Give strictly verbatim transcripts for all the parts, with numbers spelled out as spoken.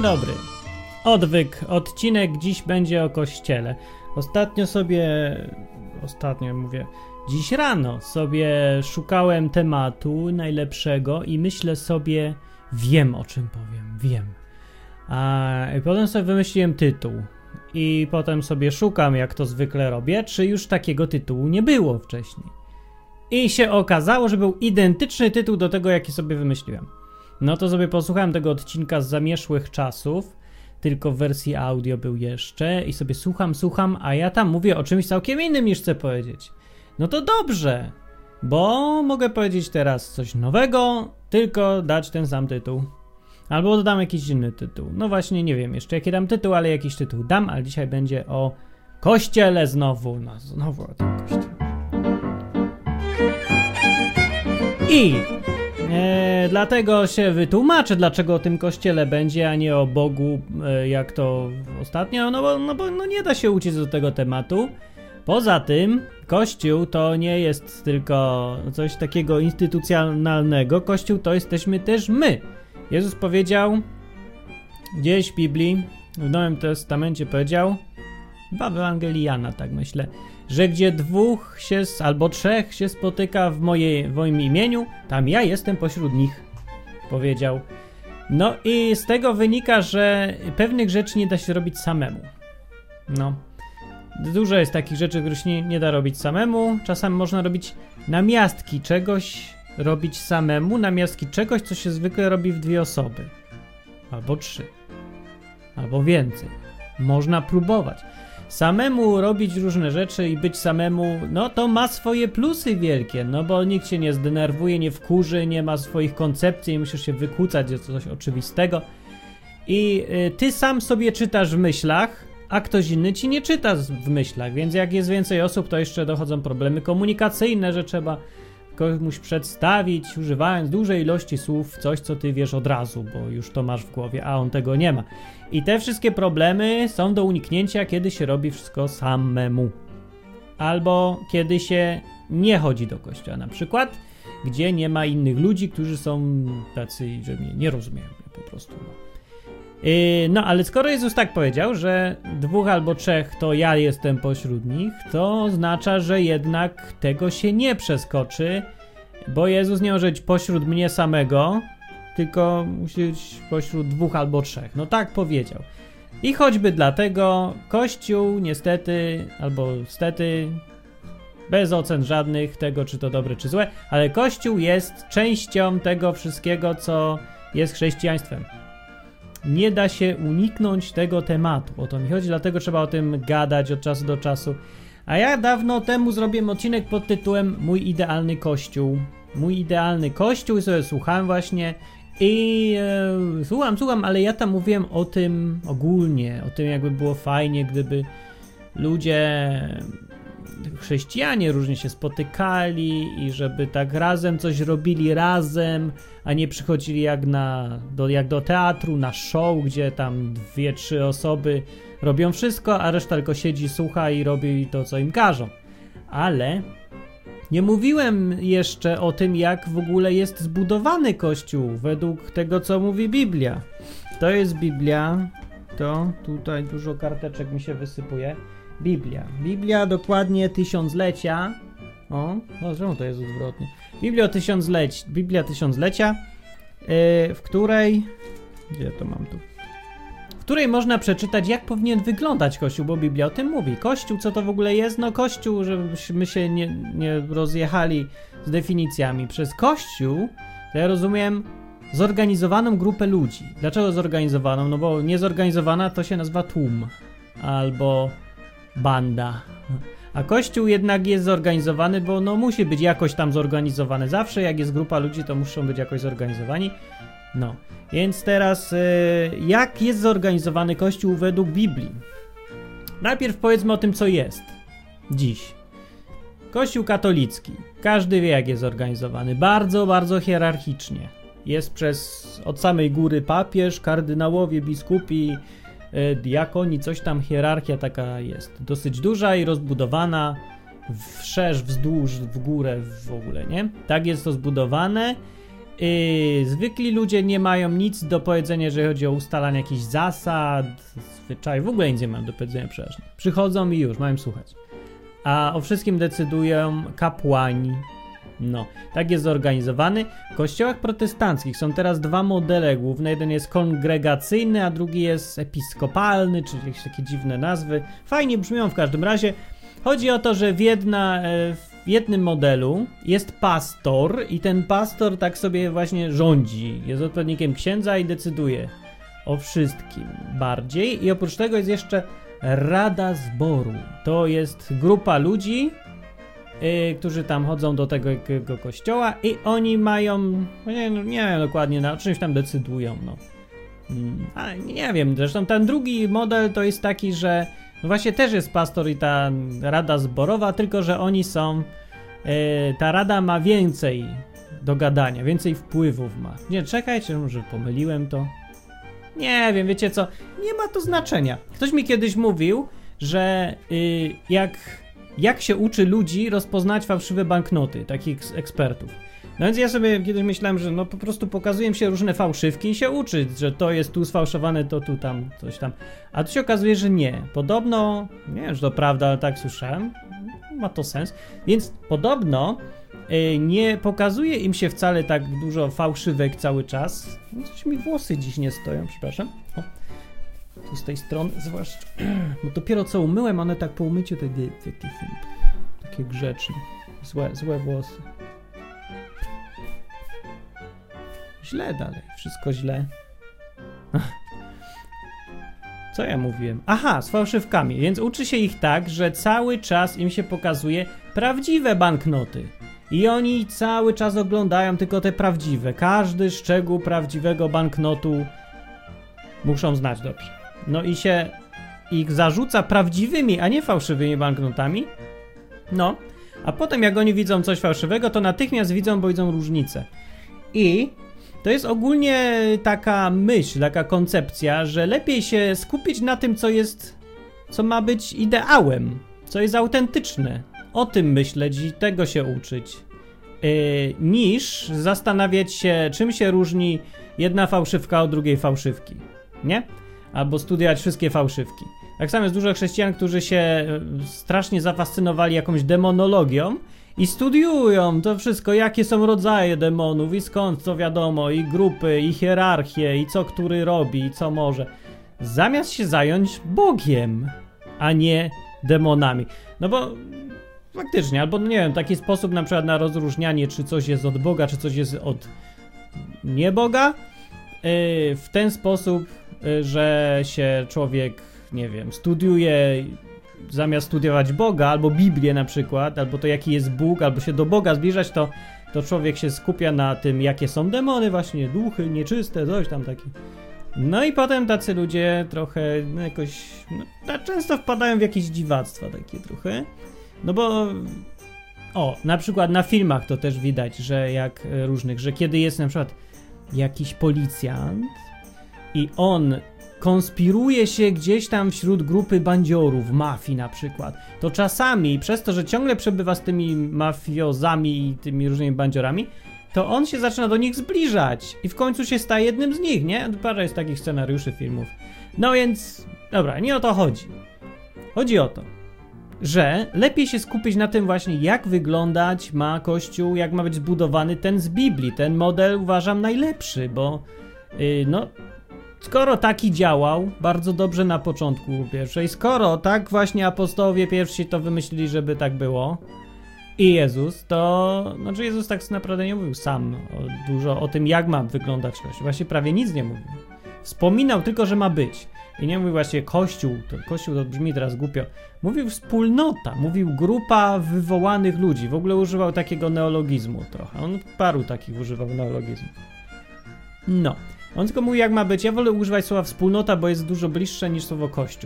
dobry. Odwyk, odcinek dziś będzie o kościele. Ostatnio sobie, ostatnio mówię, dziś rano sobie szukałem tematu najlepszego i myślę sobie, wiem o czym powiem, wiem. A potem sobie wymyśliłem tytuł i potem sobie szukam, jak to zwykle robię, czy już takiego tytułu nie było wcześniej. I się okazało, że był identyczny tytuł do tego, jaki sobie wymyśliłem. No to sobie posłuchałem tego odcinka z zamieszłych czasów, tylko w wersji audio był jeszcze i sobie słucham, słucham, a ja tam mówię o czymś całkiem innym niż chcę powiedzieć. No to dobrze, bo mogę powiedzieć teraz coś nowego, tylko dać ten sam tytuł. Albo dodam jakiś inny tytuł. No właśnie, nie wiem jeszcze jaki dam tytuł, ale jakiś tytuł dam, ale dzisiaj będzie o kościele znowu. No znowu o tym kościele. I e, dlatego się wytłumaczę, dlaczego o tym kościele będzie, a nie o Bogu, e, jak to ostatnio, no bo, no bo no nie da się uciec do tego tematu. Poza tym Kościół to nie jest tylko coś takiego instytucjonalnego, Kościół to jesteśmy też my. Jezus powiedział gdzieś w Biblii, w Nowym Testamencie powiedział, chyba w Ewangelii Jana, tak myślę, że gdzie dwóch się, albo trzech się spotyka w, mojej, w moim imieniu, tam ja jestem pośród nich, powiedział. No i z tego wynika, że pewnych rzeczy nie da się robić samemu. No. Dużo jest takich rzeczy, których się nie, nie da robić samemu. Czasami można robić namiastki czegoś, robić samemu, namiastki czegoś, co się zwykle robi w dwie osoby. Albo trzy. Albo więcej. Można próbować. Samemu robić różne rzeczy i być samemu, no to ma swoje plusy wielkie, no bo nikt się nie zdenerwuje, nie wkurzy, nie ma swoich koncepcji, nie musisz się wykłócać o coś oczywistego. I y, ty sam sobie czytasz w myślach, a ktoś inny ci nie czyta w myślach, więc jak jest więcej osób, to jeszcze dochodzą problemy komunikacyjne, że trzeba komuś przedstawić, używając dużej ilości słów, coś, co ty wiesz od razu, bo już to masz w głowie, a on tego nie ma. I te wszystkie problemy są do uniknięcia, kiedy się robi wszystko samemu. Albo kiedy się nie chodzi do kościoła, na przykład, gdzie nie ma innych ludzi, którzy są tacy, że mnie nie rozumieją po prostu. No, ale skoro Jezus tak powiedział, że dwóch albo trzech to ja jestem pośród nich, to oznacza, że jednak tego się nie przeskoczy, bo Jezus nie może być pośród mnie samego, tylko musi być pośród dwóch albo trzech. No tak powiedział. I choćby dlatego Kościół niestety, albo stety, bez ocen żadnych tego, czy to dobre, czy złe, ale Kościół jest częścią tego wszystkiego, co jest chrześcijaństwem. Nie da się uniknąć tego tematu. O to mi chodzi, dlatego trzeba o tym gadać od czasu do czasu. A ja dawno temu zrobiłem odcinek pod tytułem Mój idealny kościół. Mój idealny kościół i sobie słuchałem właśnie i e, słucham, słucham, ale ja tam mówiłem o tym ogólnie, o tym jakby było fajnie, gdyby ludzie, chrześcijanie różnie się spotykali i żeby tak razem coś robili razem, a nie przychodzili jak, na, do, jak do teatru, na show, gdzie tam dwie, trzy osoby robią wszystko, a reszta tylko siedzi, słucha i robi to, co im każą. Ale nie mówiłem jeszcze o tym, jak w ogóle jest zbudowany Kościół według tego, co mówi Biblia. To jest Biblia, to tutaj dużo karteczek mi się wysypuje. Biblia. Biblia dokładnie tysiąclecia. O, no czemu to jest odwrotnie? Biblia tysiącleci, Biblia tysiąclecia, yy, w której... Gdzie to mam tu? W której można przeczytać, jak powinien wyglądać Kościół, bo Biblia o tym mówi. Kościół, co to w ogóle jest? No Kościół, żebyśmy się nie, nie rozjechali z definicjami. Przez Kościół to ja rozumiem zorganizowaną grupę ludzi. Dlaczego zorganizowaną? No bo niezorganizowana to się nazywa tłum. Albo banda. A Kościół jednak jest zorganizowany, bo no musi być jakoś tam zorganizowany. Zawsze jak jest grupa ludzi, to muszą być jakoś zorganizowani. No, więc teraz yy, jak jest zorganizowany Kościół według Biblii? Najpierw powiedzmy o tym, co jest dziś. Kościół katolicki. Każdy wie, jak jest zorganizowany. Bardzo, bardzo hierarchicznie. Jest przez od samej góry papież, kardynałowie, biskupi, diakoni, coś tam, hierarchia taka jest dosyć duża i rozbudowana, wszerz, wzdłuż, w górę w ogóle, nie? Tak jest to zbudowane Yy, zwykli ludzie nie mają nic do powiedzenia, jeżeli chodzi o ustalanie jakichś zasad, zwyczaj, w ogóle nic nie mają do powiedzenia przeważnie. Przychodzą i już, mają słuchać. A o wszystkim decydują kapłani. No, tak jest zorganizowany. W kościołach protestanckich są teraz dwa modele główne. Jeden jest kongregacyjny, a drugi jest episkopalny, czyli jakieś takie dziwne nazwy. Fajnie brzmią w każdym razie. Chodzi o to, że w, jedna, w jednym modelu jest pastor i ten pastor tak sobie właśnie rządzi. Jest odpowiednikiem księdza i decyduje o wszystkim bardziej. I oprócz tego jest jeszcze Rada Zboru. To jest grupa ludzi, Yy, którzy tam chodzą do tego, tego kościoła i oni mają, nie, nie wiem dokładnie, na czymś tam decydują, no. Mm, ale nie wiem, zresztą ten drugi model to jest taki, że no właśnie też jest pastor i ta rada zborowa, tylko że oni są, yy, ta rada ma więcej do gadania, więcej wpływów ma. Nie, czekajcie, może pomyliłem to. Nie wiem, wiecie co, nie ma to znaczenia. Ktoś mi kiedyś mówił, że yy, jak... jak się uczy ludzi rozpoznać fałszywe banknoty, takich ekspertów. No więc ja sobie kiedyś myślałem, że no po prostu pokazują się różne fałszywki i się uczy, że to jest tu sfałszowane, to tu tam, coś tam. A tu się okazuje, że nie. Podobno, nie wiem, że to prawda, ale tak słyszałem, ma to sens. Więc podobno y, nie pokazuje im się wcale tak dużo fałszywek cały czas. No, coś mi włosy dziś nie stoją, przepraszam. O. Tu z tej strony, zwłaszcza, bo dopiero co umyłem, one tak po umyciu takie, takie, takie grzeczne, złe, złe włosy. Źle dalej, wszystko źle. Co ja mówiłem? Aha, z fałszywkami, więc uczy się ich tak, że cały czas im się pokazuje prawdziwe banknoty. I oni cały czas oglądają tylko te prawdziwe. Każdy szczegół prawdziwego banknotu muszą znać dobrze. No i się ich zarzuca prawdziwymi, a nie fałszywymi banknotami. No, a potem jak oni widzą coś fałszywego, to natychmiast widzą, bo widzą różnicę. I to jest ogólnie taka myśl, taka koncepcja, że lepiej się skupić na tym, co jest, co ma być ideałem, co jest autentyczne. O tym myśleć i tego się uczyć. Yy, niż zastanawiać się, czym się różni jedna fałszywka od drugiej fałszywki. Nie? Albo studiować wszystkie fałszywki. Tak samo jest dużo chrześcijan, którzy się strasznie zafascynowali jakąś demonologią i studiują to wszystko, jakie są rodzaje demonów i skąd to wiadomo, i grupy, i hierarchie, i co który robi, i co może. Zamiast się zająć Bogiem, a nie demonami. No bo faktycznie, albo nie wiem, taki sposób na przykład na rozróżnianie, czy coś jest od Boga, czy coś jest od nie Boga, yy, w ten sposób, że się człowiek, nie wiem, studiuje zamiast studiować Boga, albo Biblię na przykład, albo to jaki jest Bóg, albo się do Boga zbliżać, to, to człowiek się skupia na tym, jakie są demony, właśnie duchy nieczyste, coś tam takie. No i potem tacy ludzie trochę no jakoś, no, często wpadają w jakieś dziwactwa takie trochę, no bo o, na przykład na filmach to też widać, że jak różnych, że kiedy jest na przykład jakiś policjant i on konspiruje się gdzieś tam wśród grupy bandziorów, mafii na przykład, to czasami przez to, że ciągle przebywa z tymi mafiozami i tymi różnymi bandziorami, to on się zaczyna do nich zbliżać i w końcu się staje jednym z nich, nie? Parę jest takich scenariuszy filmów. No więc, dobra, nie o to chodzi. Chodzi o to, że lepiej się skupić na tym właśnie, jak wyglądać ma Kościół, jak ma być zbudowany ten z Biblii. Ten model uważam najlepszy, bo yy, no... skoro taki działał bardzo dobrze na początku pierwszej, skoro tak właśnie apostołowie pierwsi to wymyślili, żeby tak było i Jezus, to znaczy Jezus tak naprawdę nie mówił sam o, dużo o tym, jak ma wyglądać Kościół. Właśnie prawie nic nie mówił. Wspominał tylko, że ma być. I nie mówił właśnie Kościół, to Kościół to brzmi teraz głupio. Mówił wspólnota, mówił grupa wywołanych ludzi. W ogóle używał takiego neologizmu trochę. On paru takich używał neologizmów. No. On tylko mówi, jak ma być. Ja wolę używać słowa wspólnota, bo jest dużo bliższe niż słowo Kościół.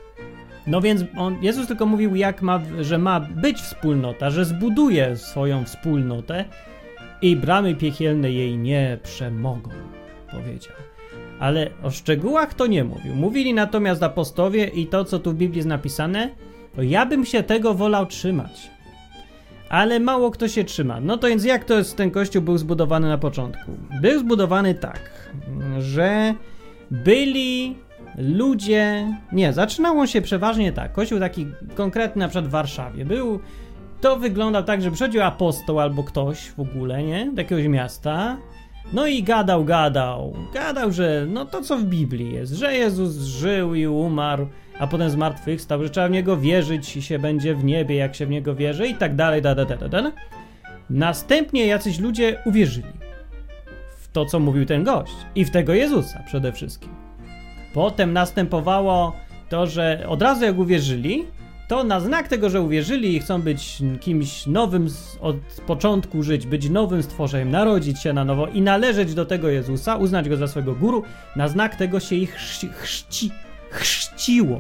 No więc on, Jezus tylko mówił, jak ma, że ma być wspólnota, że zbuduje swoją wspólnotę i bramy piekielne jej nie przemogą, powiedział. Ale o szczegółach to nie mówił. Mówili natomiast apostołowie i to, co tu w Biblii jest napisane, to ja bym się tego wolał trzymać. ale mało kto się trzyma. No to więc jak to jest, ten kościół był zbudowany na początku? Był zbudowany tak, że byli ludzie... Nie, zaczynało się przeważnie tak. Kościół taki konkretny na przykład w Warszawie. Był... To wyglądał tak, że przychodził apostoł albo ktoś w ogóle, nie? Do jakiegoś miasta. No i gadał, gadał. Gadał, że no to co w Biblii jest, że Jezus żył i umarł, a potem zmartwychwstał, że trzeba w Niego wierzyć i się będzie w niebie, jak się w Niego wierzy i tak dalej, da, da, da, da, da. Następnie jacyś ludzie uwierzyli w to, co mówił ten gość i w tego Jezusa przede wszystkim. Potem następowało to, że od razu jak uwierzyli, to na znak tego, że uwierzyli i chcą być kimś nowym, od początku żyć, być nowym stworzeniem, narodzić się na nowo i należeć do tego Jezusa, uznać Go za swego guru, na znak tego się ich chrzci, chrzci, chrzciło.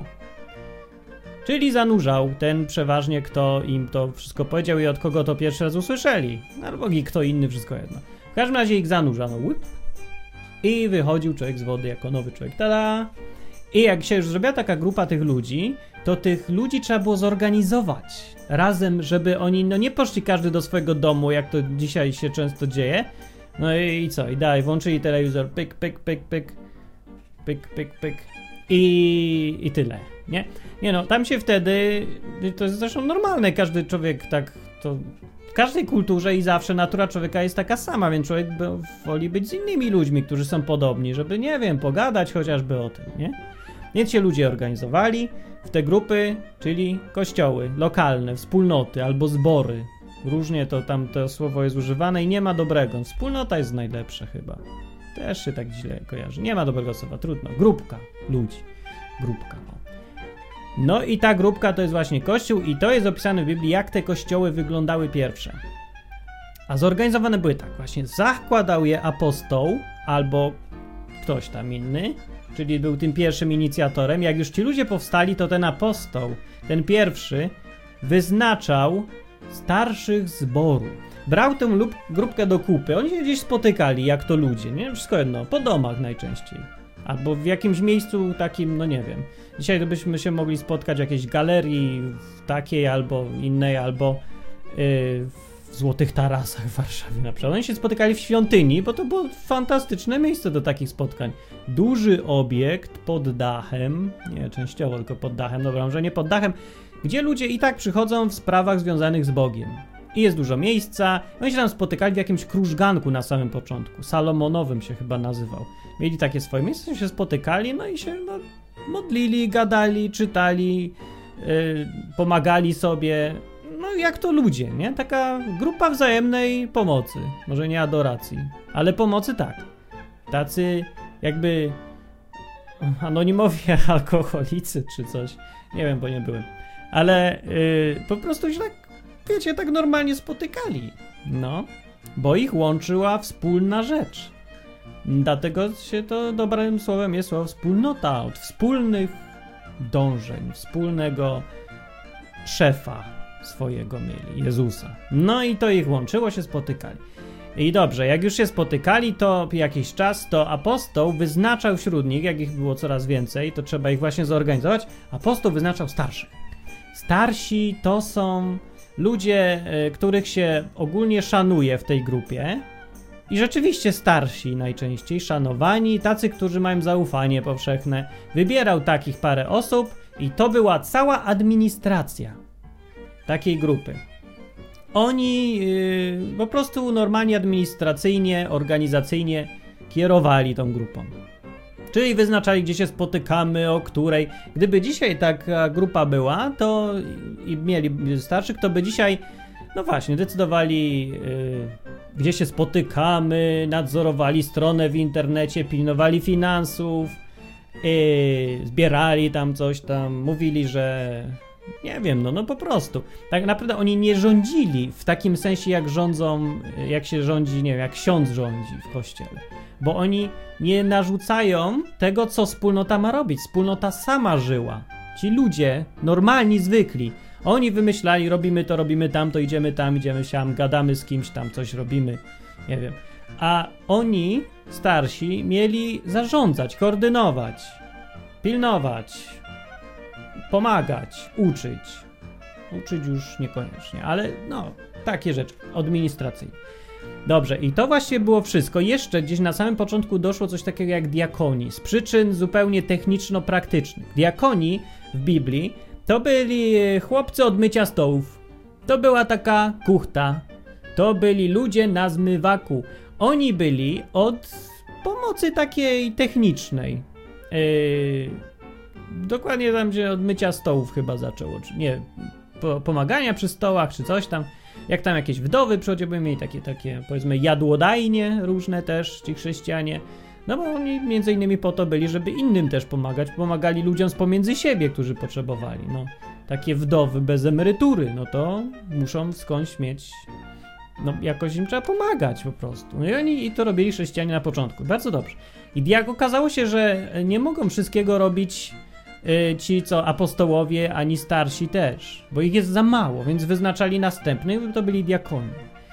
Czyli zanurzał ten przeważnie, kto im to wszystko powiedział i od kogo to pierwszy raz usłyszeli. Albo i kto inny, wszystko jedno. W każdym razie ich zanurzano. Łyp. I wychodził człowiek z wody jako nowy człowiek. Tada! I jak się już zrobiła taka grupa tych ludzi, to tych ludzi trzeba było zorganizować razem, żeby oni no nie poszli każdy do swojego domu, jak to dzisiaj się często dzieje. No i, i co? I dalej, włączyli telewizor, pyk, pyk, pyk, pyk, pyk, pyk, pyk i, i tyle, nie? Nie no, tam się wtedy, to jest zresztą normalne, każdy człowiek tak, to w każdej kulturze i zawsze natura człowieka jest taka sama, więc człowiek woli być z innymi ludźmi, którzy są podobni, żeby, nie wiem, pogadać chociażby o tym, nie? Więc się ludzie organizowali w te grupy, czyli kościoły lokalne, wspólnoty albo zbory. Różnie to tam to słowo jest używane i nie ma dobrego. Wspólnota jest najlepsze chyba. Też się tak źle kojarzy. Nie ma dobrego słowa, trudno. Grupka ludzi. Grupka. O. No i ta grupka to jest właśnie kościół i to jest opisane w Biblii, jak te kościoły wyglądały pierwsze. A zorganizowane były tak właśnie. Zakładał je apostoł albo ktoś tam inny, czyli był tym pierwszym inicjatorem. Jak już ci ludzie powstali, to ten apostoł, ten pierwszy, wyznaczał starszych zboru. Brał tę lub grupkę do kupy. Oni się gdzieś spotykali, jak to ludzie, nie? Wszystko jedno, po domach najczęściej. Albo w jakimś miejscu takim, no nie wiem. Dzisiaj to byśmy się mogli spotkać w jakiejś galerii takiej, albo innej, albo yy, w Złotych Tarasach w Warszawie na przykład. Oni się spotykali w świątyni, bo to było fantastyczne miejsce do takich spotkań. Duży obiekt pod dachem, nie częściowo tylko pod dachem, dobra, może nie pod dachem, gdzie ludzie i tak przychodzą w sprawach związanych z Bogiem. I jest dużo miejsca. Oni się tam spotykali w jakimś krużganku na samym początku. Salomonowym się chyba nazywał. Mieli takie swoje miejsce, się spotykali, no i się no, modlili, gadali, czytali, yy, pomagali sobie. No jak to ludzie, nie? Taka grupa wzajemnej pomocy. Może nie adoracji, ale pomocy tak. Tacy jakby anonimowi alkoholicy czy coś. Nie wiem, bo nie byłem. Ale yy, po prostu się tak, wiecie, tak normalnie spotykali. No, bo ich łączyła wspólna rzecz. Dlatego się to dobrym słowem jest słowo wspólnota. Od wspólnych dążeń, wspólnego szefa swojego mieli, Jezusa. No i to ich łączyło, się spotykali. I dobrze, jak już się spotykali, to jakiś czas, to apostoł wyznaczał wśród nich, jak ich było coraz więcej, to trzeba ich właśnie zorganizować, apostoł wyznaczał starszych. Starsi to są ludzie, których się ogólnie szanuje w tej grupie i rzeczywiście starsi najczęściej, szanowani, tacy, którzy mają zaufanie powszechne. Wybierał takich parę osób i to była cała administracja takiej grupy. Oni yy, po prostu normalnie administracyjnie, organizacyjnie kierowali tą grupą. Czyli wyznaczali, gdzie się spotykamy, o której. Gdyby dzisiaj taka grupa była, to i mieli starszych, to by dzisiaj, no właśnie, decydowali, yy, gdzie się spotykamy, nadzorowali stronę w internecie, pilnowali finansów, yy, zbierali tam coś tam, mówili, że nie wiem, no, no po prostu. Tak naprawdę oni nie rządzili w takim sensie, jak rządzą, jak się rządzi, nie wiem, jak ksiądz rządzi w kościele. Bo oni nie narzucają tego, co wspólnota ma robić. Wspólnota sama żyła. Ci ludzie, normalni, zwykli, oni wymyślali, robimy to, robimy tamto, idziemy tam, idziemy siam, gadamy z kimś tam, coś robimy, nie wiem. A oni, starsi, mieli zarządzać, koordynować, pilnować, pomagać, uczyć. uczyć już niekoniecznie, ale no, takie rzeczy administracyjne. Dobrze, i to właśnie było wszystko. Jeszcze gdzieś na samym początku doszło coś takiego jak diakonii, z przyczyn zupełnie techniczno-praktycznych. Diakonii w Biblii to byli chłopcy od mycia stołów. To była taka kuchta. To byli ludzie na zmywaku. Oni byli od pomocy takiej technicznej. Yy, dokładnie tam się od mycia stołów chyba zaczęło. Czy nie, po, pomagania przy stołach, czy coś tam. Jak tam jakieś wdowy przychodziły, by mieli takie, takie, powiedzmy, jadłodajnie różne też, ci chrześcijanie. No bo oni między innymi po to byli, żeby innym też pomagać. Pomagali ludziom spomiędzy siebie, którzy potrzebowali. No, takie wdowy bez emerytury, no to muszą skądś mieć, no jakoś im trzeba pomagać po prostu. No i oni i to robili chrześcijanie na początku. Bardzo dobrze. I jak okazało się, że nie mogą wszystkiego robić yy, ci, co apostołowie, ani starsi też, bo ich jest za mało, więc wyznaczali następnych, to byli diakoni.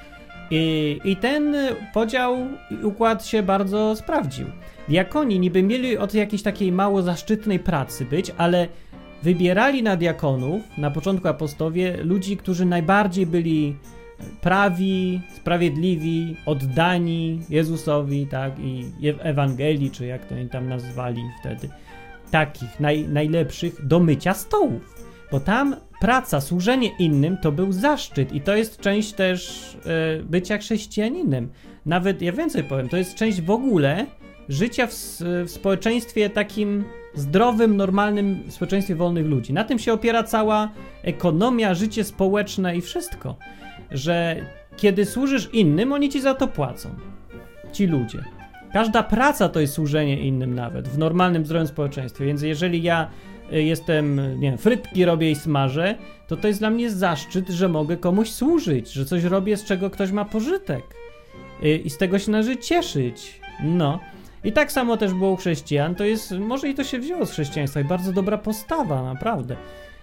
I, I ten podział i układ się bardzo sprawdził. Diakoni niby mieli od jakiejś takiej mało zaszczytnej pracy być, ale wybierali na diakonów, na początku apostowie, ludzi, którzy najbardziej byli prawi, sprawiedliwi, oddani Jezusowi, tak, i Ewangelii, czy jak to oni tam nazwali wtedy, takich naj, najlepszych do mycia stołów. Bo tam praca, służenie innym to był zaszczyt i to jest część też e, bycia chrześcijaninem. Nawet, ja więcej powiem, to jest część w ogóle życia w, w społeczeństwie takim zdrowym, normalnym społeczeństwie wolnych ludzi. Na tym się opiera cała ekonomia, życie społeczne i wszystko. Że kiedy służysz innym, oni ci za to płacą. Ci ludzie. Każda praca to jest służenie innym nawet, w normalnym, zdrowym społeczeństwie. Więc jeżeli ja jestem, nie wiem, frytki robię i smażę, to to jest dla mnie zaszczyt, że mogę komuś służyć, że coś robię, z czego ktoś ma pożytek. I z tego się należy cieszyć. No. I tak samo też było u chrześcijan. To jest, może i to się wzięło z chrześcijaństwa i bardzo dobra postawa, naprawdę.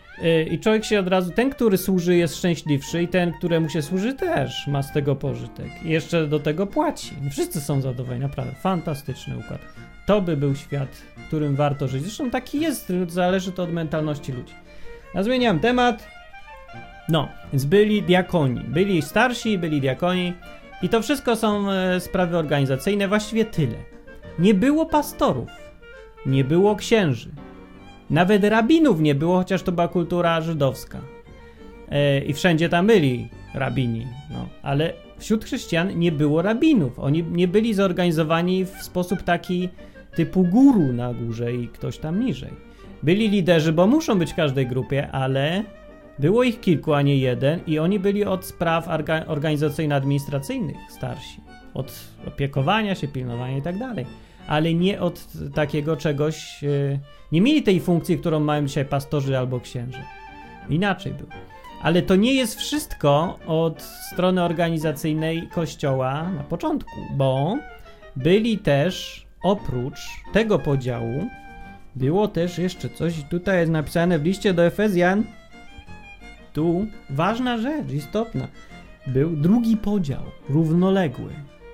I człowiek się od razu, ten, który służy, jest szczęśliwszy i ten, któremu się służy, też ma z tego pożytek. I jeszcze do tego płaci. Wszyscy są zadowoleni, naprawdę. Fantastyczny układ. To by był świat, w którym warto żyć. Zresztą taki jest, zależy to od mentalności ludzi. Ja zmieniam temat. No, więc byli diakoni. Byli starsi, byli diakoni. I to wszystko są e, sprawy organizacyjne. Właściwie tyle. Nie było pastorów. Nie było księży. Nawet rabinów nie było, chociaż to była kultura żydowska. E, I wszędzie tam byli rabini. No, ale wśród chrześcijan nie było rabinów. Oni nie byli zorganizowani w sposób taki typu guru na górze i ktoś tam niżej. Byli liderzy, bo muszą być w każdej grupie, ale było ich kilku, a nie jeden i oni byli od spraw orga- organizacyjno-administracyjnych starsi. Od opiekowania się, pilnowania i tak dalej. Ale nie od takiego czegoś... Yy, nie mieli tej funkcji, którą mają dzisiaj pastorzy albo księży. Inaczej było. Ale to nie jest wszystko od strony organizacyjnej Kościoła na początku, bo byli też, oprócz tego podziału, było też jeszcze coś, tutaj jest napisane w liście do Efezjan, tu ważna rzecz, istotna, był drugi podział, równoległy.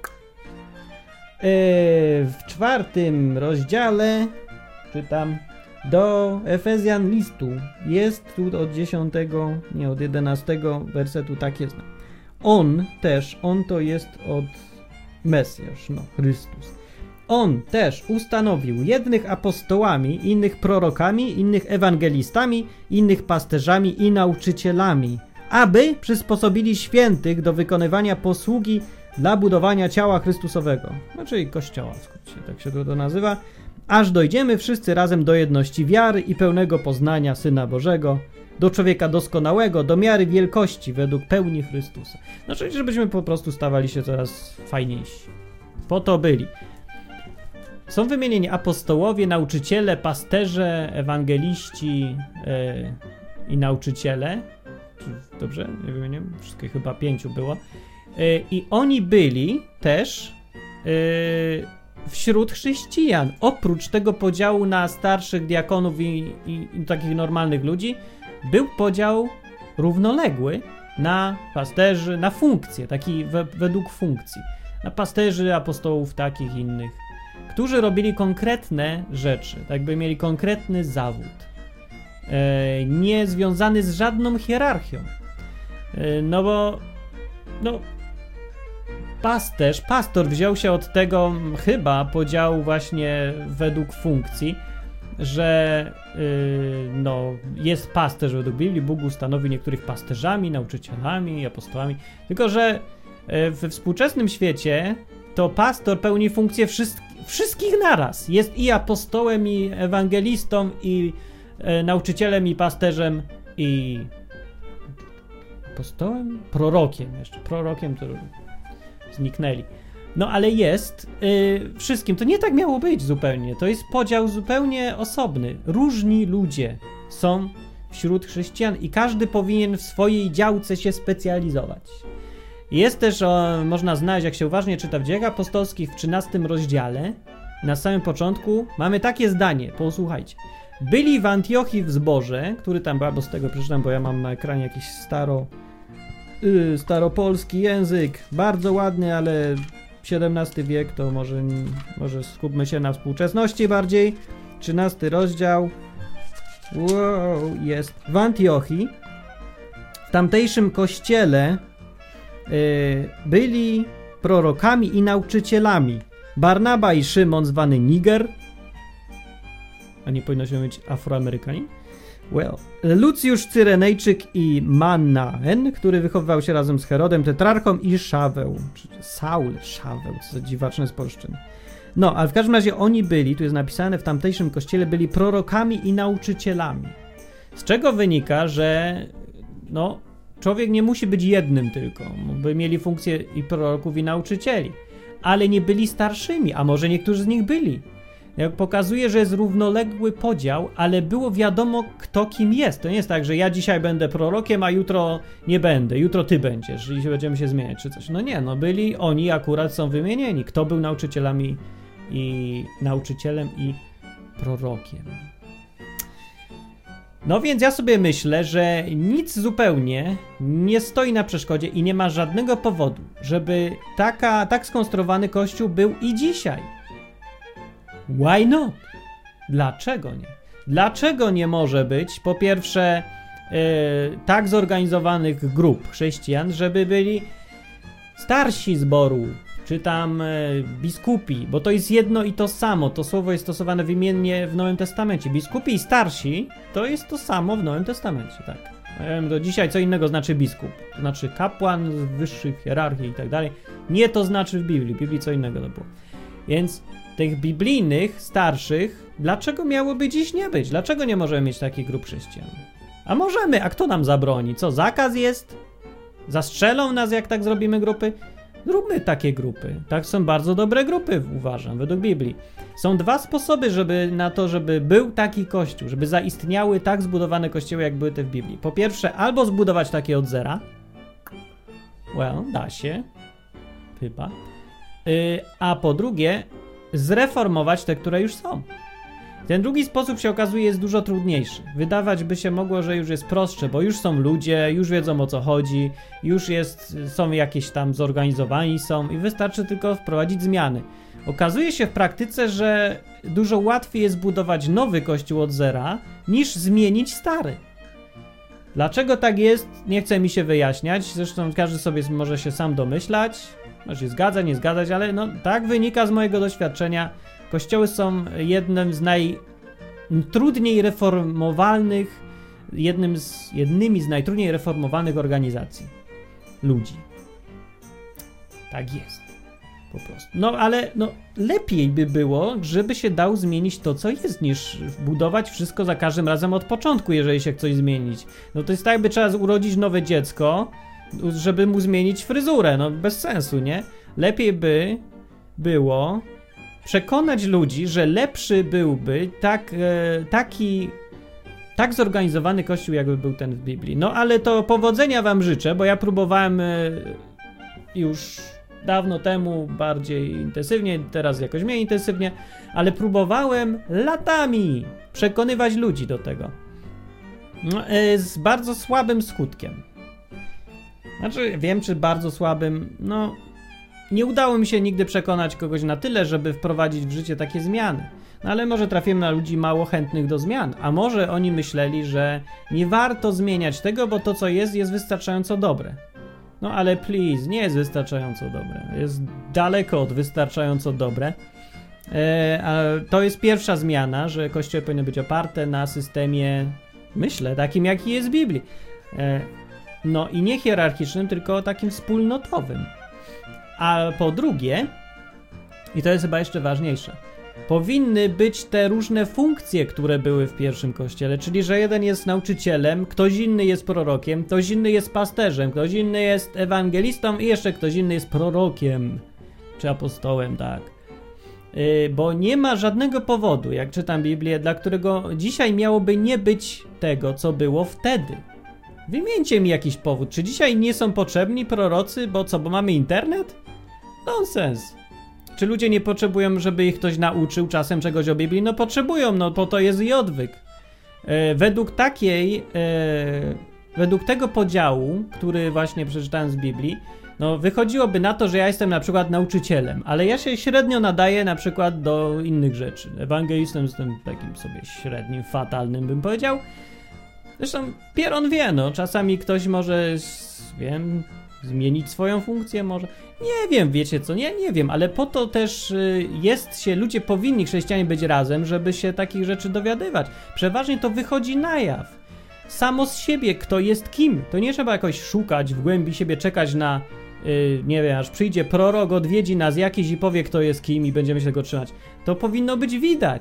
W czwartym rozdziale, czytam, do Efezjan listu, jest tu od dziesiątego, nie od jedenastego wersetu, tak jest. On też, on to jest od Mesjasz, no, Chrystus. On też ustanowił jednych apostołami, innych prorokami, innych ewangelistami, innych pasterzami i nauczycielami, aby przysposobili świętych do wykonywania posługi dla budowania ciała Chrystusowego, znaczy Kościoła, w skrócie, tak się to nazywa, aż dojdziemy wszyscy razem do jedności wiary i pełnego poznania Syna Bożego, do człowieka doskonałego, do miary wielkości według pełni Chrystusa. Znaczy, żebyśmy po prostu stawali się coraz fajniejsi. Po to byli. Są wymienieni apostołowie, nauczyciele, pasterze, ewangeliści yy, i nauczyciele. Dobrze? Nie wymieniłem? Wszystkich chyba pięciu było. Yy, I oni byli też yy, wśród chrześcijan. Oprócz tego podziału na starszych diakonów i, i, i takich normalnych ludzi, był podział równoległy na pasterzy, na funkcje, taki we, według funkcji. Na pasterzy, apostołów, takich innych, którzy robili konkretne rzeczy, tak by mieli konkretny zawód. e, nie związany z żadną hierarchią. E, no bo no pasterz, pastor wziął się od tego chyba podziału właśnie według funkcji, że yy, no, jest pasterz według Biblii, Bóg ustanowi niektórych pasterzami, nauczycielami, apostołami, tylko że yy, we współczesnym świecie to pastor pełni funkcję wszystk- wszystkich naraz. Jest i apostołem, i ewangelistą, i yy, nauczycielem, i pasterzem, i apostołem? Prorokiem jeszcze. Prorokiem to zniknęli. No ale jest yy, wszystkim. To nie tak miało być zupełnie. To jest podział zupełnie osobny. Różni ludzie są wśród chrześcijan i każdy powinien w swojej działce się specjalizować. Jest też, o, można znaleźć, jak się uważnie czyta w Dziejach Apostolskich w trzynastym rozdziale, na samym początku mamy takie zdanie, posłuchajcie. Byli w Antiochii w zborze, który tam był, bo z tego przeczytam, bo ja mam na ekranie jakiś staro, yy, staropolski język, bardzo ładny, ale siedemnasty wiek, to może, może skupmy się na współczesności bardziej. trzynasty rozdział. Wow, jest w Antiochii. W tamtejszym kościele yy, byli prorokami i nauczycielami Barnaba i Szymon, zwany Niger. A nie powinno się być Afroamerykanin? Well. Lucjusz Cyrenejczyk i Manaen, który wychowywał się razem z Herodem Tetrarchą, i Szaweł, czy Saul Szaweł, co za dziwaczne spolszczenie. No, ale w każdym razie oni byli, tu jest napisane, w tamtejszym kościele byli prorokami i nauczycielami. Z czego wynika, że no, człowiek nie musi być jednym tylko, by mieli funkcję i proroków, i nauczycieli, ale nie byli starszymi, a może niektórzy z nich byli. Jak pokazuje, że jest równoległy podział, ale było wiadomo, kto kim jest. To nie jest tak, że ja dzisiaj będę prorokiem, a jutro nie będę, jutro ty będziesz i będziemy się zmieniać czy coś. No nie, no byli oni, akurat są wymienieni. Kto był nauczycielami i nauczycielem i prorokiem. No więc ja sobie myślę, że nic zupełnie nie stoi na przeszkodzie i nie ma żadnego powodu, żeby taka, tak skonstruowany kościół był i dzisiaj. Why not? Dlaczego nie? Dlaczego nie może być, po pierwsze, yy, tak zorganizowanych grup chrześcijan, żeby byli starsi zboru, czy tam yy, biskupi, bo to jest jedno i to samo. To słowo jest stosowane wymiennie w Nowym Testamencie. Biskupi i starsi to jest to samo w Nowym Testamencie, tak. Do dzisiaj co innego znaczy biskup, to znaczy kapłan z wyższych hierarchii i tak dalej. Nie to znaczy w Biblii, w Biblii co innego to było. Więc tych biblijnych, starszych, dlaczego miałoby dziś nie być? Dlaczego nie możemy mieć takich grup chrześcijan? A możemy, a kto nam zabroni? Co, zakaz jest? Zastrzelą nas, jak tak zrobimy grupy? Zróbmy takie grupy. Tak, są bardzo dobre grupy, uważam, według Biblii. Są dwa sposoby, żeby na to, żeby był taki kościół, żeby zaistniały tak zbudowane kościoły, jak były te w Biblii. Po pierwsze, albo zbudować takie od zera. Well, da się. Chyba. Yy, a po drugie, zreformować te, które już są. Ten drugi sposób się okazuje jest dużo trudniejszy. Wydawać by się mogło, że już jest prostsze, bo już są ludzie, już wiedzą o co chodzi, już jest, są jakieś tam zorganizowani są i wystarczy tylko wprowadzić zmiany. Okazuje się w praktyce, że dużo łatwiej jest budować nowy kościół od zera, niż zmienić stary. Dlaczego tak jest, nie chce mi się wyjaśniać, zresztą każdy sobie może się sam domyślać, może się zgadza, nie zgadzać, ale no tak wynika z mojego doświadczenia. Kościoły są jednym z najtrudniej reformowalnych, jednym z, jednymi z najtrudniej reformowanych organizacji ludzi. Tak jest. Po prostu. No ale no, lepiej by było, żeby się dał zmienić to, co jest, niż budować wszystko za każdym razem od początku, jeżeli się coś zmienić. No to jest tak, jakby trzeba urodzić nowe dziecko, żeby mu zmienić fryzurę. No bez sensu, nie? Lepiej by było przekonać ludzi, że lepszy byłby tak, e, taki tak zorganizowany kościół, jakby był ten w Biblii. No ale to powodzenia wam życzę, bo ja próbowałem e, już dawno temu bardziej intensywnie, teraz jakoś mniej intensywnie, ale próbowałem latami przekonywać ludzi do tego. No, e, z bardzo słabym skutkiem. Znaczy, wiem, czy bardzo słabym, no nie udało mi się nigdy przekonać kogoś na tyle, żeby wprowadzić w życie takie zmiany. No ale może trafiłem na ludzi mało chętnych do zmian, a może oni myśleli, że nie warto zmieniać tego, bo to co jest, jest wystarczająco dobre. No ale please, nie jest wystarczająco dobre. Jest daleko od wystarczająco dobre. E, a to jest pierwsza zmiana, że kościoły powinny być oparte na systemie, myślę, takim jaki jest w Biblii. E, no i nie hierarchicznym, tylko takim wspólnotowym. A po drugie, i to jest chyba jeszcze ważniejsze, powinny być te różne funkcje, które były w pierwszym kościele, czyli że jeden jest nauczycielem, ktoś inny jest prorokiem, ktoś inny jest pasterzem, ktoś inny jest ewangelistą i jeszcze ktoś inny jest prorokiem, czy apostołem, tak. Yy, bo nie ma żadnego powodu, jak czytam Biblię, dla którego dzisiaj miałoby nie być tego, co było wtedy. Wymieńcie mi jakiś powód. Czy dzisiaj nie są potrzebni prorocy, bo co, bo mamy internet? Nonsens. Czy ludzie nie potrzebują, żeby ich ktoś nauczył czasem czegoś o Biblii? No potrzebują, no po to jest i odwyk. E, według takiej, e, według tego podziału, który właśnie przeczytałem z Biblii, no wychodziłoby na to, że ja jestem na przykład nauczycielem, ale ja się średnio nadaję na przykład do innych rzeczy. Ewangelistą jestem takim sobie średnim, fatalnym bym powiedział. Zresztą Pieron wie, no czasami ktoś może, wiem, zmienić swoją funkcję może. Nie wiem, wiecie co, nie, nie wiem, ale po to też y, jest się, ludzie powinni, chrześcijanie być razem, żeby się takich rzeczy dowiadywać. Przeważnie to wychodzi na jaw. Samo z siebie, kto jest kim. To nie trzeba jakoś szukać w głębi siebie, czekać na, y, nie wiem, aż przyjdzie prorok, odwiedzi nas jakiś i powie, kto jest kim i będziemy się tego trzymać. To powinno być widać.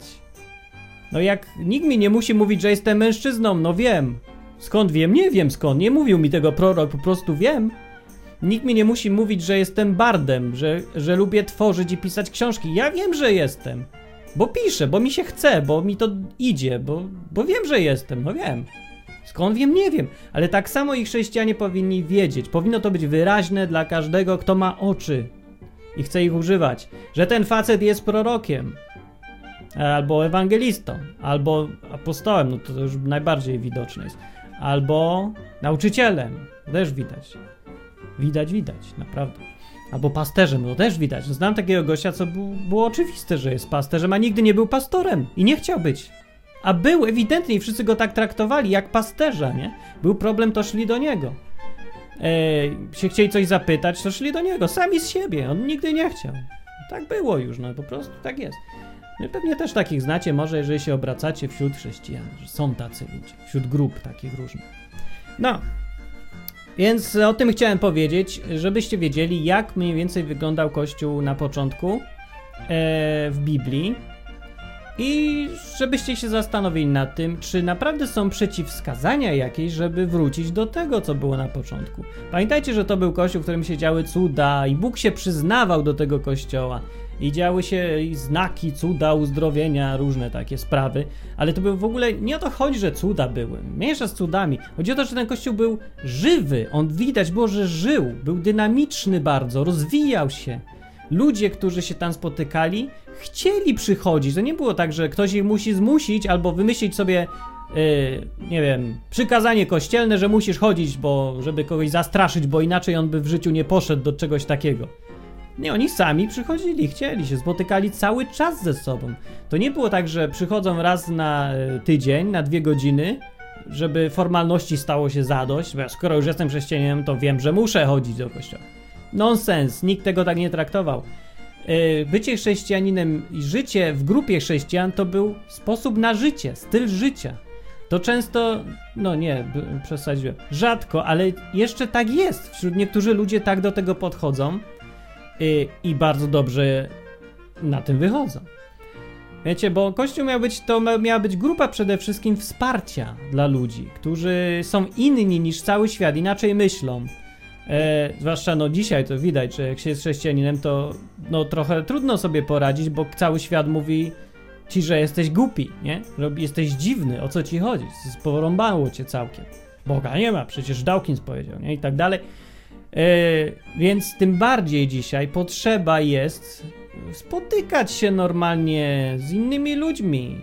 No jak nikt mi nie musi mówić, że jestem mężczyzną, no wiem. Skąd wiem? Nie wiem skąd. Nie mówił mi tego prorok, po prostu wiem. Nikt mi nie musi mówić, że jestem bardem, że, że lubię tworzyć i pisać książki. Ja wiem, że jestem. Bo piszę, bo mi się chce, bo mi to idzie, bo, bo wiem, że jestem, no wiem. Skąd wiem? Nie wiem. Ale tak samo i chrześcijanie powinni wiedzieć. Powinno to być wyraźne dla każdego, kto ma oczy i chce ich używać. Że ten facet jest prorokiem. Albo ewangelistą. Albo apostołem, no to już najbardziej widoczne jest. Albo nauczycielem. Też widać. Widać, widać, naprawdę. Albo pasterzem, no też widać. Znam takiego gościa, co był, było oczywiste, że jest pasterzem, a nigdy nie był pastorem i nie chciał być. A był ewidentnie i wszyscy go tak traktowali, jak pasterza, nie? Był problem, to szli do niego. Eee, się chcieli coś zapytać, to szli do niego, sami z siebie, on nigdy nie chciał. Tak było już, no po prostu tak jest. No pewnie też takich znacie, może jeżeli się obracacie wśród chrześcijan, że są tacy ludzie, wśród grup takich różnych. No. Więc o tym chciałem powiedzieć, żebyście wiedzieli, jak mniej więcej wyglądał Kościół na początku e, w Biblii i żebyście się zastanowili nad tym, czy naprawdę są przeciwwskazania jakieś, żeby wrócić do tego, co było na początku. Pamiętajcie, że to był Kościół, w którym się działy cuda i Bóg się przyznawał do tego Kościoła i działy się i znaki, cuda, uzdrowienia, różne takie sprawy, ale to był w ogóle, nie o to chodzi, że cuda były, mniejsza z cudami, chodzi o to, że ten Kościół był żywy, on widać było, że żył, był dynamiczny bardzo, rozwijał się. Ludzie, którzy się tam spotykali, chcieli przychodzić, to nie było tak, że ktoś ich musi zmusić albo wymyślić sobie, yy, nie wiem, przykazanie kościelne, że musisz chodzić, bo żeby kogoś zastraszyć, bo inaczej on by w życiu nie poszedł do czegoś takiego. Nie, oni sami przychodzili, chcieli się, spotykali cały czas ze sobą. To nie było tak, że przychodzą raz na tydzień, na dwie godziny, żeby formalności stało się zadość, bo skoro już jestem chrześcijaninem, to wiem, że muszę chodzić do kościoła. Nonsens, nikt tego tak nie traktował. Bycie chrześcijaninem i życie w grupie chrześcijan to był sposób na życie, styl życia. To często, no nie, przesadziłem, rzadko, ale jeszcze tak jest. Wśród niektórzy ludzie tak do tego podchodzą. I, i bardzo dobrze na tym wychodzą. Wiecie, bo Kościół miał być, to miała być grupa przede wszystkim wsparcia dla ludzi, którzy są inni niż cały świat, inaczej myślą. E, zwłaszcza no dzisiaj to widać, że jak się jest chrześcijaninem, to no trochę trudno sobie poradzić, bo cały świat mówi ci, że jesteś głupi, nie? Że jesteś dziwny, o co ci chodzi? Porąbało cię całkiem. Boga nie ma, przecież Dawkins powiedział, nie? I tak dalej. Yy, więc tym bardziej dzisiaj potrzeba jest spotykać się normalnie z innymi ludźmi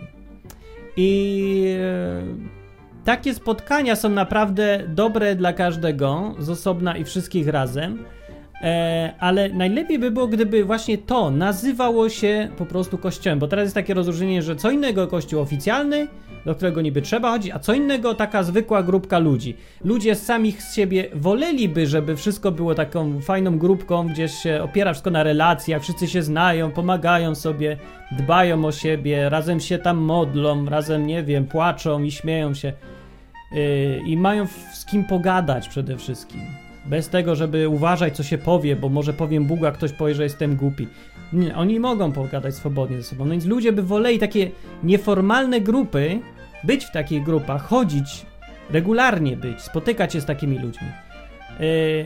i yy, takie spotkania są naprawdę dobre dla każdego z osobna i wszystkich razem E, ale najlepiej by było, gdyby właśnie to nazywało się po prostu kościołem, bo teraz jest takie rozróżnienie, że co innego kościół oficjalny, do którego niby trzeba chodzić, a co innego taka zwykła grupka ludzi. Ludzie sami z siebie woleliby, żeby wszystko było taką fajną grupką, gdzie się opiera wszystko na relacjach, wszyscy się znają, pomagają sobie, dbają o siebie, razem się tam modlą, razem, nie wiem, płaczą i śmieją się yy, i mają z kim pogadać przede wszystkim. Bez tego, żeby uważać, co się powie, bo może powiem Bóg, a ktoś powie, że jestem głupi. Nie, oni mogą pogadać swobodnie ze sobą. No więc ludzie by woleli takie nieformalne grupy, być w takich grupach, chodzić, regularnie być, spotykać się z takimi ludźmi. Yy,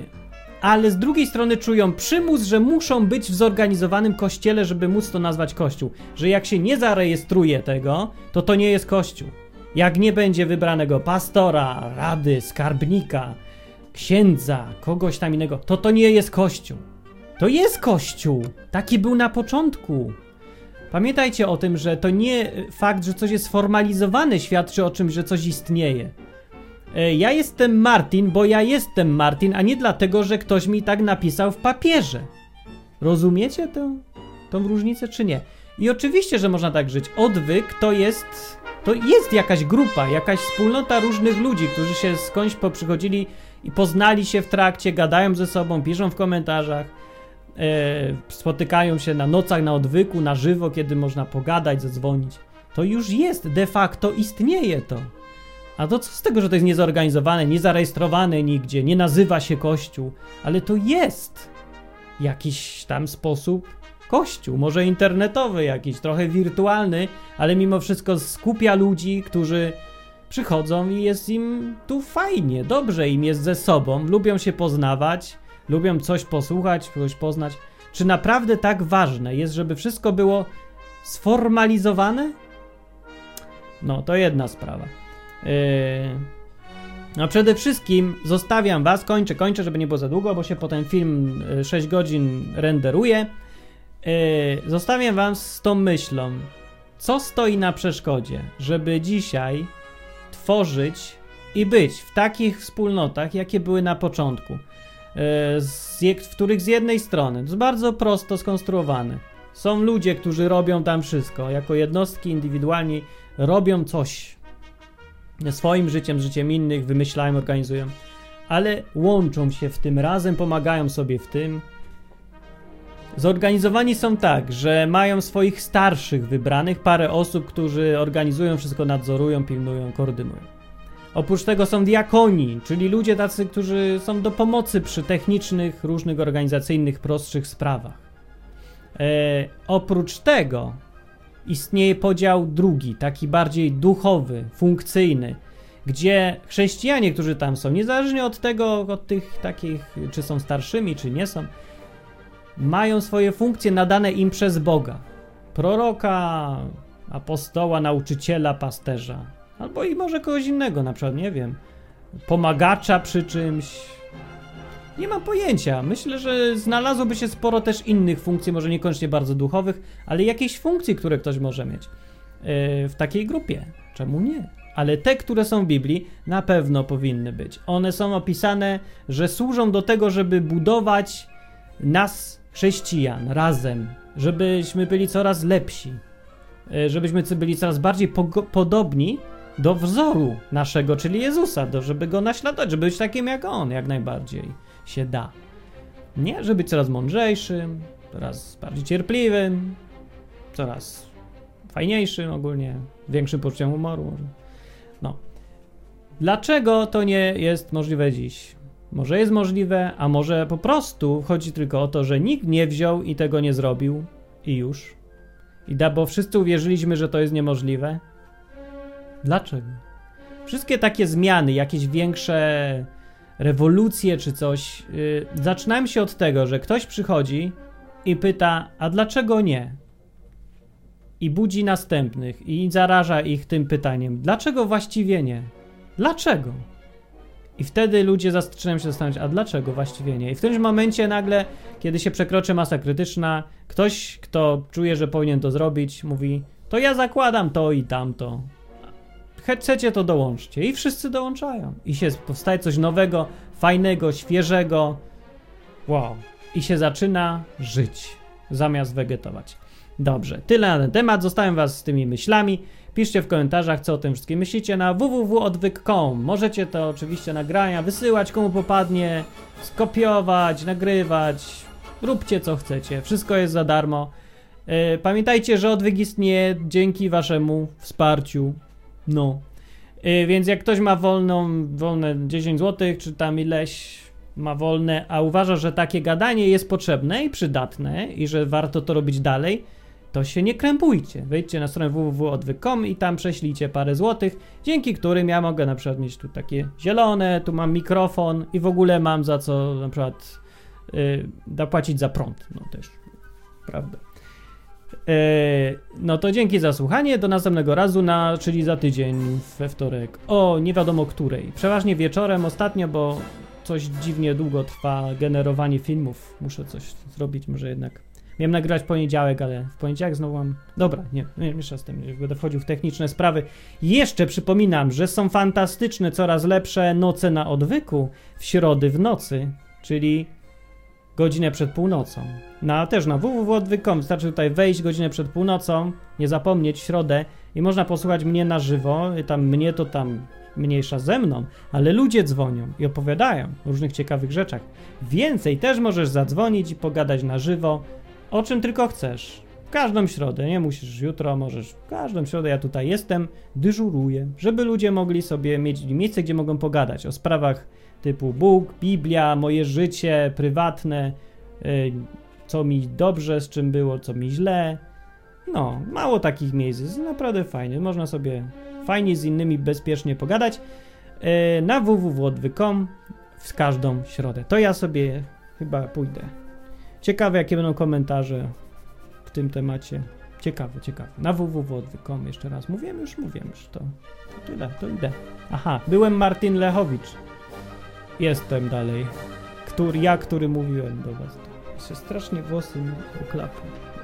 ale z drugiej strony czują przymus, że muszą być w zorganizowanym kościele, żeby móc to nazwać kościół. Że jak się nie zarejestruje tego, to to nie jest kościół. Jak nie będzie wybranego pastora, rady, skarbnika, księdza, kogoś tam innego, to to nie jest kościół. To jest kościół. Taki był na początku. Pamiętajcie o tym, że to nie fakt, że coś jest sformalizowane, świadczy o czymś, że coś istnieje. Ja jestem Martin, bo ja jestem Martin, a nie dlatego, że ktoś mi tak napisał w papierze. Rozumiecie tę, tą różnicę, czy nie? I oczywiście, że można tak żyć. Odwyk to jest, to jest jakaś grupa, jakaś wspólnota różnych ludzi, którzy się skądś poprzychodzili i poznali się w trakcie, gadają ze sobą, piszą w komentarzach, e, spotykają się na nocach na odwyku, na żywo, kiedy można pogadać, zadzwonić. To już jest, de facto istnieje to. A to co z tego, że to jest niezorganizowane, niezarejestrowane nigdzie, nie nazywa się kościół, ale to jest jakiś tam sposób kościół, może internetowy jakiś, trochę wirtualny, ale mimo wszystko skupia ludzi, którzy przychodzą i jest im tu fajnie, dobrze im jest ze sobą, lubią się poznawać, lubią coś posłuchać, kogoś poznać. Czy naprawdę tak ważne jest, żeby wszystko było sformalizowane? No, to jedna sprawa. Yy... No przede wszystkim zostawiam was, kończę, kończę, żeby nie było za długo, bo się potem film sześć godzin renderuje. Yy... Zostawiam was z tą myślą, co stoi na przeszkodzie, żeby dzisiaj tworzyć i być w takich wspólnotach, jakie były na początku, yy, z, w których z jednej strony, to jest bardzo prosto skonstruowane, są ludzie, którzy robią tam wszystko, jako jednostki indywidualnie robią coś swoim życiem, życiem innych, wymyślają, organizują, ale łączą się w tym razem, pomagają sobie w tym. Zorganizowani są tak, że mają swoich starszych wybranych, parę osób, którzy organizują wszystko, nadzorują, pilnują, koordynują. Oprócz tego są diakoni, czyli ludzie tacy, którzy są do pomocy przy technicznych, różnych organizacyjnych, prostszych sprawach. E, oprócz tego istnieje podział drugi, taki bardziej duchowy, funkcyjny, gdzie chrześcijanie, którzy tam są, niezależnie od tego, od tych takich, czy są starszymi, czy nie są, mają swoje funkcje nadane im przez Boga. Proroka, apostoła, nauczyciela, pasterza. Albo i może kogoś innego, na przykład, nie wiem, pomagacza przy czymś. Nie mam pojęcia. Myślę, że znalazłoby się sporo też innych funkcji, może niekoniecznie bardzo duchowych, ale jakiejś funkcji, które ktoś może mieć yy, w takiej grupie. Czemu nie? Ale te, które są w Biblii, na pewno powinny być. One są opisane, że służą do tego, żeby budować nas, chrześcijan, razem, żebyśmy byli coraz lepsi, yy, żebyśmy byli coraz bardziej po- podobni do wzoru naszego, czyli Jezusa, do, żeby go naśladować, żeby być takim jak On, jak najbardziej się da. Nie, żeby być coraz mądrzejszym, coraz bardziej cierpliwym, coraz fajniejszym ogólnie, większym poczuciem humoru. No. Dlaczego to nie jest możliwe dziś? Może jest możliwe, a może po prostu chodzi tylko o to, że nikt nie wziął i tego nie zrobił i już. I da, bo wszyscy uwierzyliśmy, że to jest niemożliwe. Dlaczego? Wszystkie takie zmiany, jakieś większe rewolucje czy coś, yy, zaczynają się od tego, że ktoś przychodzi i pyta, a dlaczego nie? I budzi następnych i zaraża ich tym pytaniem, dlaczego właściwie nie? Dlaczego? I wtedy ludzie zaczynają się zastanawiać, a dlaczego właściwie nie? I w tym momencie nagle, kiedy się przekroczy masa krytyczna, ktoś, kto czuje, że powinien to zrobić, mówi, to ja zakładam to i tamto. Chcecie, to dołączcie. I wszyscy dołączają. I się powstaje coś nowego, fajnego, świeżego. Wow. i się zaczyna żyć, zamiast wegetować. Dobrze, tyle na ten temat. Zostawiam was z tymi myślami. Piszcie w komentarzach, co o tym wszystkim myślicie na w w w kropka odwyk kropka com. Możecie to oczywiście nagrania wysyłać komu popadnie, skopiować, nagrywać. Róbcie co chcecie. Wszystko jest za darmo. Yy, pamiętajcie, że odwyk istnieje dzięki waszemu wsparciu. No. Yy, więc jak ktoś ma wolną, wolne dziesięć złotych, czy tam ileś ma wolne, a uważa, że takie gadanie jest potrzebne i przydatne i że warto to robić dalej, to się nie krępujcie. Wejdźcie na stronę w w w kropka odwyk kropka com i tam prześlijcie parę złotych, dzięki którym ja mogę na przykład mieć tu takie zielone, tu mam mikrofon i w ogóle mam za co na przykład yy, zapłacić za prąd. No też, prawda. Yy, no to dzięki za słuchanie, do następnego razu, na, czyli za tydzień we wtorek, o nie wiadomo której. Przeważnie wieczorem ostatnio, bo coś dziwnie długo trwa generowanie filmów. Muszę coś zrobić, może jednak. Miałem nagrywać w poniedziałek, ale w poniedziałek znowu mam... Dobra, nie, nie miesza z tym, nie będę wchodził w techniczne sprawy. Jeszcze przypominam, że są fantastyczne, coraz lepsze noce na odwyku w środy w nocy, czyli godzinę przed północą. No, też na w w w kropka odwyk kropka com. Wystarczy tutaj wejść godzinę przed północą, nie zapomnieć, w środę i można posłuchać mnie na żywo. Tam mnie to tam mniejsza ze mną, ale ludzie dzwonią i opowiadają o różnych ciekawych rzeczach. Więcej też możesz zadzwonić i pogadać na żywo, o czym tylko chcesz. W każdą środę, nie musisz jutro, możesz w każdą środę, ja tutaj jestem, dyżuruję, żeby ludzie mogli sobie mieć miejsce, gdzie mogą pogadać o sprawach typu Bóg, Biblia, moje życie prywatne, yy, co mi dobrze, z czym było, co mi źle. No, mało takich miejsc, jest naprawdę fajnie, można sobie fajnie z innymi bezpiecznie pogadać yy, na w w w kropka odwyk kropka com w każdą środę. To ja sobie chyba pójdę. Ciekawe, jakie będą komentarze w tym temacie. Ciekawe, ciekawe. Na w w w kropka odwyk kropka com jeszcze raz. Mówiłem już, mówiłem już. To, to tyle, to idę. Aha, byłem Martin Lechowicz. Jestem dalej. Który, ja, który mówiłem do was. To się strasznie włosy mi oklapły.